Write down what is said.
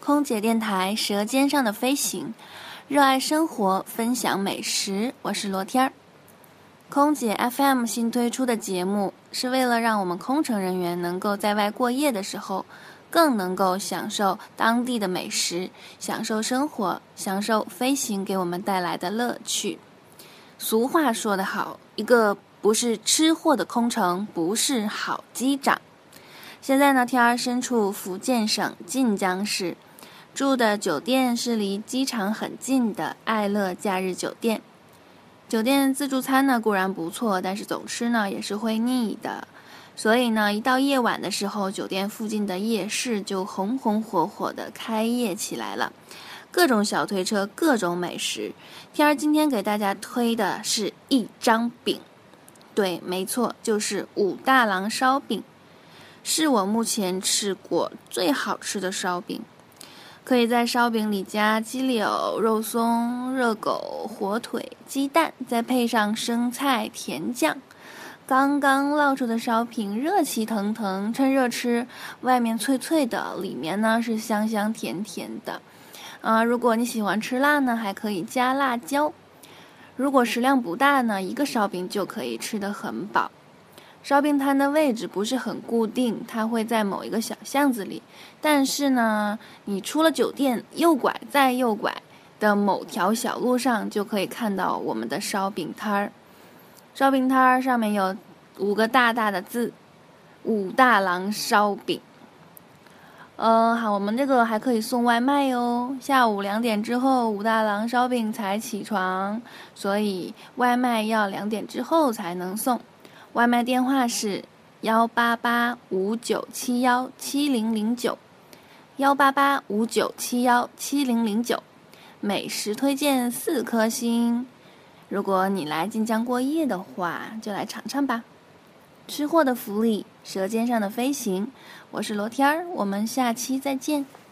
空姐电台《舌尖上的飞行》，热爱生活，分享美食。我是罗天儿。空姐 FM 新推出的节目是为了让我们空乘人员能够在外过夜的时候，更能够享受当地的美食，享受生活，享受飞行给我们带来的乐趣。俗话说得好，一个不是吃货的空乘不是好机长。现在呢，天儿身处福建省晋江市，住的酒店是离机场很近的爱乐假日酒店。酒店自助餐呢固然不错，但是总吃呢也是会腻的。所以呢，一到夜晚的时候，酒店附近的夜市就红红火火的开业起来了。各种小推车，各种美食。天儿今天给大家推的是一张饼，对，没错，就是武大郎烧饼，是我目前吃过最好吃的烧饼。可以在烧饼里加鸡柳、肉松、热狗、火腿、鸡蛋，再配上生菜、甜酱。刚刚烙出的烧饼热气腾腾，趁热吃，外面脆脆的，里面呢是香香甜甜的。如果你喜欢吃辣呢，还可以加辣椒。如果食量不大呢，一个烧饼就可以吃得很饱。烧饼摊的位置不是很固定，它会在某一个小巷子里，但是呢，你出了酒店，右拐再右拐的某条小路上，就可以看到我们的烧饼摊儿。烧饼摊儿上面有5个大大的字：武大郎烧饼。好，我们这个还可以送外卖哟。下午2点之后，武大郎烧饼才起床，所以外卖要2点之后才能送。外卖电话是18859717009，18859717009。美食推荐4颗星。如果你来晋江过夜的话，就来尝尝吧。吃货的福利，舌尖上的飞行。我是罗天儿，我们下期再见。